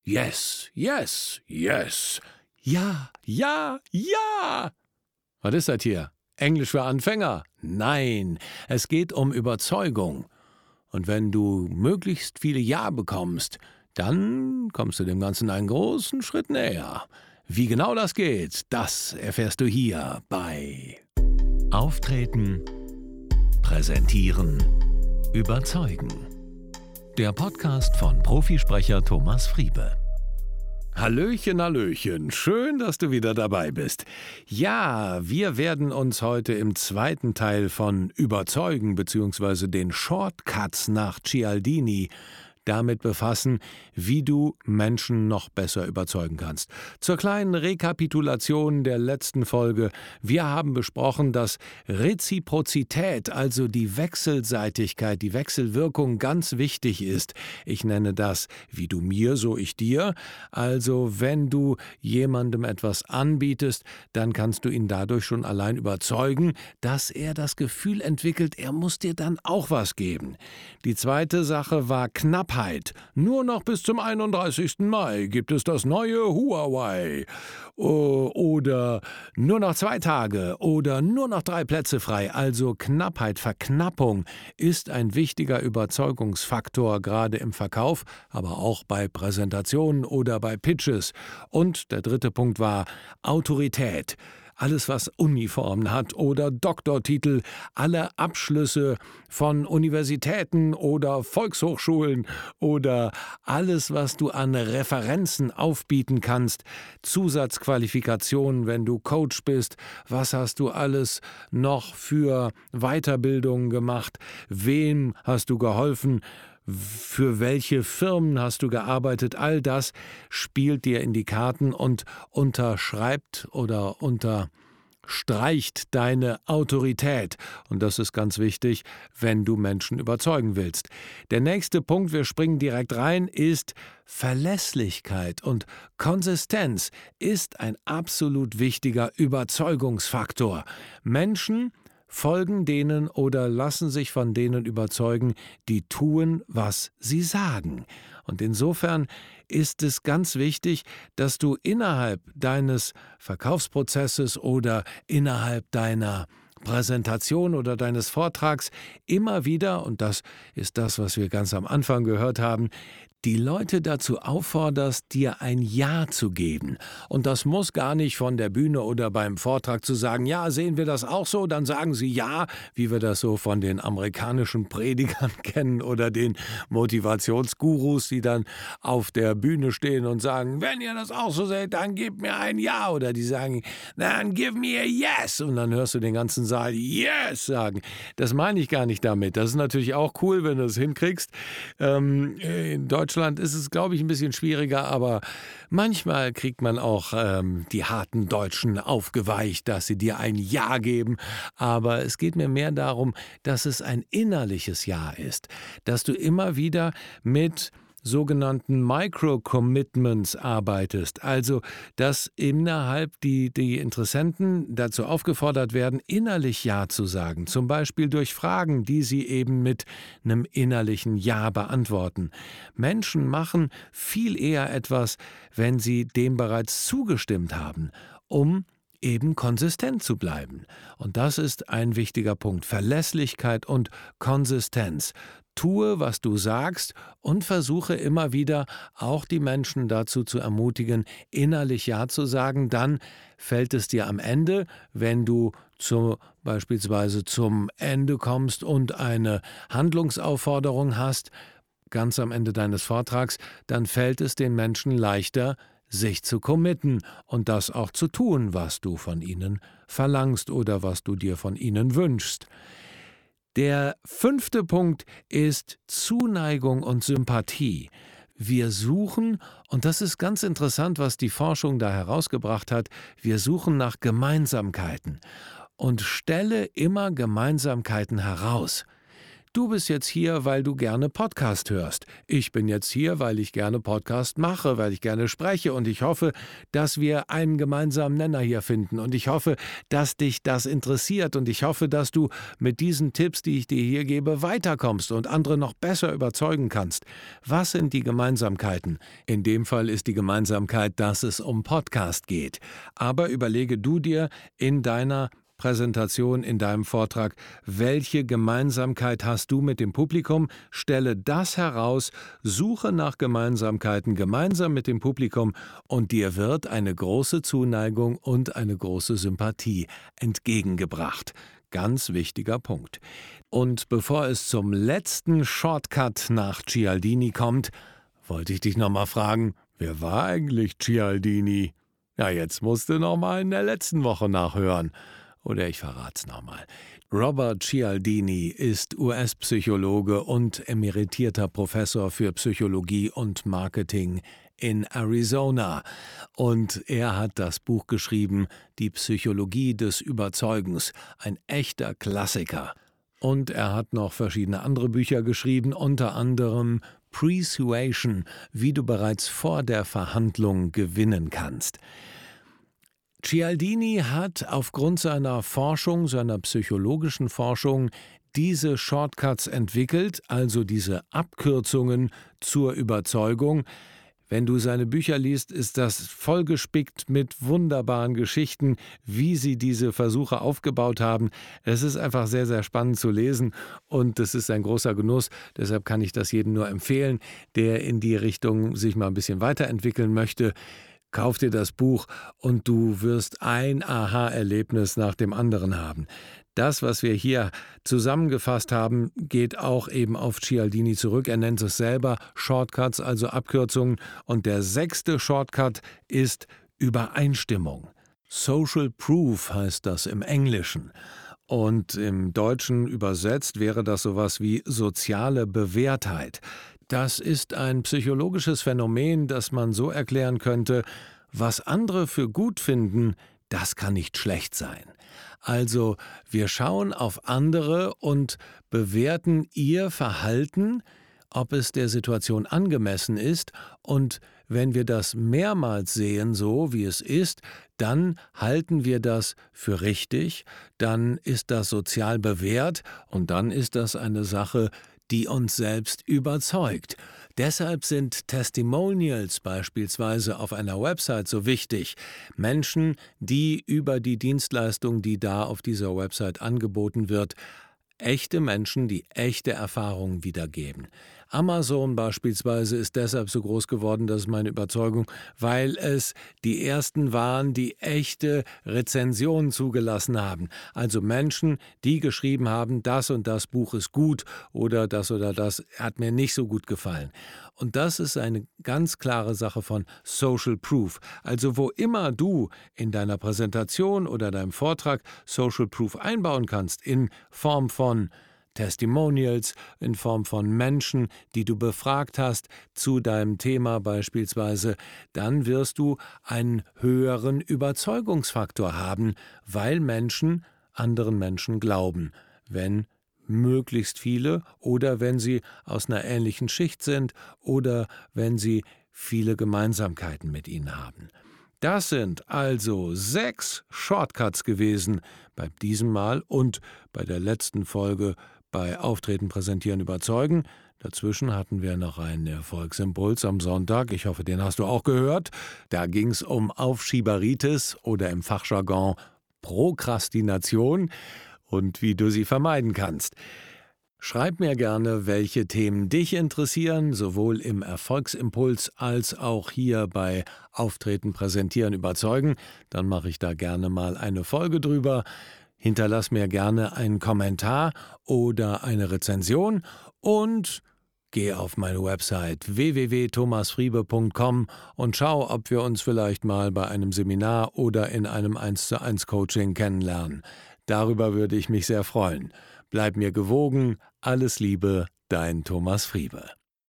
Yes, yes, yes. Ja, ja, ja. Was ist das hier? Englisch für Anfänger? Nein, es geht um Überzeugung. Und wenn du möglichst viele Ja bekommst, dann kommst du dem Ganzen einen großen Schritt näher. Wie genau das geht, das erfährst du hier bei Auftreten, Präsentieren, Überzeugen. Der Podcast von Profisprecher Thomas Friebe. Hallöchen, Hallöchen, schön, dass du wieder dabei bist. Ja, wir werden uns heute im zweiten Teil von Überzeugen bzw. den Shortcuts nach Cialdini damit befassen, wie du Menschen noch besser überzeugen kannst. Zur kleinen Rekapitulation der letzten Folge. Wir haben besprochen, dass Reziprozität, also die Wechselseitigkeit, die Wechselwirkung ganz wichtig ist. Ich nenne das, wie du mir, so ich dir. Also wenn du jemandem etwas anbietest, dann kannst du ihn dadurch schon allein überzeugen, dass er das Gefühl entwickelt, er muss dir dann auch was geben. Die zweite Sache war Knappheit. Nur noch bis zum 31. Mai gibt es das neue Huawei. Oder nur noch 2 Tage oder nur noch 3 Plätze frei. Also Knappheit, Verknappung ist ein wichtiger Überzeugungsfaktor, gerade im Verkauf, aber auch bei Präsentationen oder bei Pitches. Und der dritte Punkt war Autorität. Alles, was Uniformen hat oder Doktortitel, alle Abschlüsse von Universitäten oder Volkshochschulen oder alles, was du an Referenzen aufbieten kannst, Zusatzqualifikationen, wenn du Coach bist, was hast du alles noch für Weiterbildungen gemacht, wem hast du geholfen, für welche Firmen hast du gearbeitet, all das spielt dir in die Karten und unterschreibt oder unterstreicht deine Autorität. Und das ist ganz wichtig, wenn du Menschen überzeugen willst. Der nächste Punkt, wir springen direkt rein, ist Verlässlichkeit und Konsistenz ist ein absolut wichtiger Überzeugungsfaktor. Menschen folgen denen oder lassen sich von denen überzeugen, die tun, was sie sagen. Und insofern ist es ganz wichtig, dass du innerhalb deines Verkaufsprozesses oder innerhalb deiner Präsentation oder deines Vortrags immer wieder, und das ist das, was wir ganz am Anfang gehört haben, die Leute dazu aufforderst, dir ein Ja zu geben. Und das muss gar nicht von der Bühne oder beim Vortrag zu sagen, ja, sehen wir das auch so? Dann sagen sie ja, wie wir das so von den amerikanischen Predigern kennen oder den Motivationsgurus, die dann auf der Bühne stehen und sagen, wenn ihr das auch so seht, dann gebt mir ein Ja. Oder die sagen, dann give me a yes. Und dann hörst du den ganzen Saal Yes sagen. Das meine ich gar nicht damit. Das ist natürlich auch cool, wenn du es hinkriegst. In Deutschland ist es, glaube ich, ein bisschen schwieriger, aber manchmal kriegt man auch die harten Deutschen aufgeweicht, dass sie dir ein Ja geben. Aber es geht mir mehr darum, dass es ein innerliches Ja ist, dass du immer wieder mit sogenannten Micro-Commitments arbeitest, also dass innerhalb die Interessenten dazu aufgefordert werden, innerlich Ja zu sagen, zum Beispiel durch Fragen, die sie eben mit einem innerlichen Ja beantworten. Menschen machen viel eher etwas, wenn sie dem bereits zugestimmt haben, um eben konsistent zu bleiben. Und das ist ein wichtiger Punkt, Verlässlichkeit und Konsistenz. Tue, was du sagst und versuche immer wieder auch die Menschen dazu zu ermutigen, innerlich Ja zu sagen. Dann fällt es dir am Ende, wenn du beispielsweise zum Ende kommst und eine Handlungsaufforderung hast, ganz am Ende deines Vortrags, dann fällt es den Menschen leichter, sich zu committen und das auch zu tun, was du von ihnen verlangst oder was du dir von ihnen wünschst. Der 5. Punkt ist Zuneigung und Sympathie. Wir suchen, und das ist ganz interessant, was die Forschung da herausgebracht hat, wir suchen nach Gemeinsamkeiten und stelle immer Gemeinsamkeiten heraus. Du bist jetzt hier, weil du gerne Podcast hörst. Ich bin jetzt hier, weil ich gerne Podcast mache, weil ich gerne spreche und ich hoffe, dass wir einen gemeinsamen Nenner hier finden und ich hoffe, dass dich das interessiert und ich hoffe, dass du mit diesen Tipps, die ich dir hier gebe, weiterkommst und andere noch besser überzeugen kannst. Was sind die Gemeinsamkeiten? In dem Fall ist die Gemeinsamkeit, dass es um Podcast geht. Aber überlege du dir in deiner Präsentation, in deinem Vortrag, welche Gemeinsamkeit hast du mit dem Publikum? Stelle das heraus, suche nach Gemeinsamkeiten gemeinsam mit dem Publikum und dir wird eine große Zuneigung und eine große Sympathie entgegengebracht. Ganz wichtiger Punkt. Und bevor es zum letzten Shortcut nach Cialdini kommt, wollte ich dich nochmal fragen, wer war eigentlich Cialdini? Ja, jetzt musst du nochmal in der letzten Woche nachhören. Oder ich verrat's nochmal. Robert Cialdini ist US-Psychologe und emeritierter Professor für Psychologie und Marketing in Arizona. Und er hat das Buch geschrieben, Die Psychologie des Überzeugens, ein echter Klassiker. Und er hat noch verschiedene andere Bücher geschrieben, unter anderem Persuasion, wie du bereits vor der Verhandlung gewinnen kannst. Cialdini hat aufgrund seiner Forschung, seiner psychologischen Forschung, diese Shortcuts entwickelt, also diese Abkürzungen zur Überzeugung. Wenn du seine Bücher liest, ist das vollgespickt mit wunderbaren Geschichten, wie sie diese Versuche aufgebaut haben. Es ist einfach sehr, sehr spannend zu lesen und es ist ein großer Genuss. Deshalb kann ich das jedem nur empfehlen, der in die Richtung sich mal ein bisschen weiterentwickeln möchte. Kauf dir das Buch und du wirst ein Aha-Erlebnis nach dem anderen haben. Das, was wir hier zusammengefasst haben, geht auch eben auf Cialdini zurück. Er nennt es selber Shortcuts, also Abkürzungen. Und der 6. Shortcut ist Übereinstimmung. Social Proof heißt das im Englischen. Und im Deutschen übersetzt wäre das sowas wie soziale Bewährtheit. Das ist ein psychologisches Phänomen, das man so erklären könnte, was andere für gut finden, das kann nicht schlecht sein. Also wir schauen auf andere und bewerten ihr Verhalten, ob es der Situation angemessen ist, und wenn wir das mehrmals sehen, so wie es ist, dann halten wir das für richtig, dann ist das sozial bewährt und dann ist das eine Sache, die uns selbst überzeugt. Deshalb sind Testimonials beispielsweise auf einer Website so wichtig. Menschen, die über die Dienstleistung, die da auf dieser Website angeboten wird, echte Menschen, die echte Erfahrungen wiedergeben. Amazon beispielsweise ist deshalb so groß geworden, das ist meine Überzeugung, weil es die ersten waren, die echte Rezensionen zugelassen haben. Also Menschen, die geschrieben haben, das und das Buch ist gut oder das hat mir nicht so gut gefallen. Und das ist eine ganz klare Sache von Social Proof. Also wo immer du in deiner Präsentation oder deinem Vortrag Social Proof einbauen kannst, in Form von Testimonials, in Form von Menschen, die du befragt hast zu deinem Thema beispielsweise, dann wirst du einen höheren Überzeugungsfaktor haben, weil Menschen anderen Menschen glauben, wenn möglichst viele oder wenn sie aus einer ähnlichen Schicht sind oder wenn sie viele Gemeinsamkeiten mit ihnen haben. Das sind also 6 Shortcuts gewesen bei diesem Mal und bei der letzten Folge bei Auftreten, Präsentieren, Überzeugen. Dazwischen hatten wir noch einen Erfolgsimpuls am Sonntag. Ich hoffe, den hast du auch gehört. Da ging es um Aufschieberitis oder im Fachjargon Prokrastination und wie du sie vermeiden kannst. Schreib mir gerne, welche Themen dich interessieren, sowohl im Erfolgsimpuls als auch hier bei Auftreten, Präsentieren, Überzeugen. Dann mache ich da gerne mal eine Folge drüber. Hinterlass mir gerne einen Kommentar oder eine Rezension und geh auf meine Website www.thomasfriebe.com und schau, ob wir uns vielleicht mal bei einem Seminar oder in einem 1:1 Coaching kennenlernen. Darüber würde ich mich sehr freuen. Bleib mir gewogen. Alles Liebe, dein Thomas Friebe.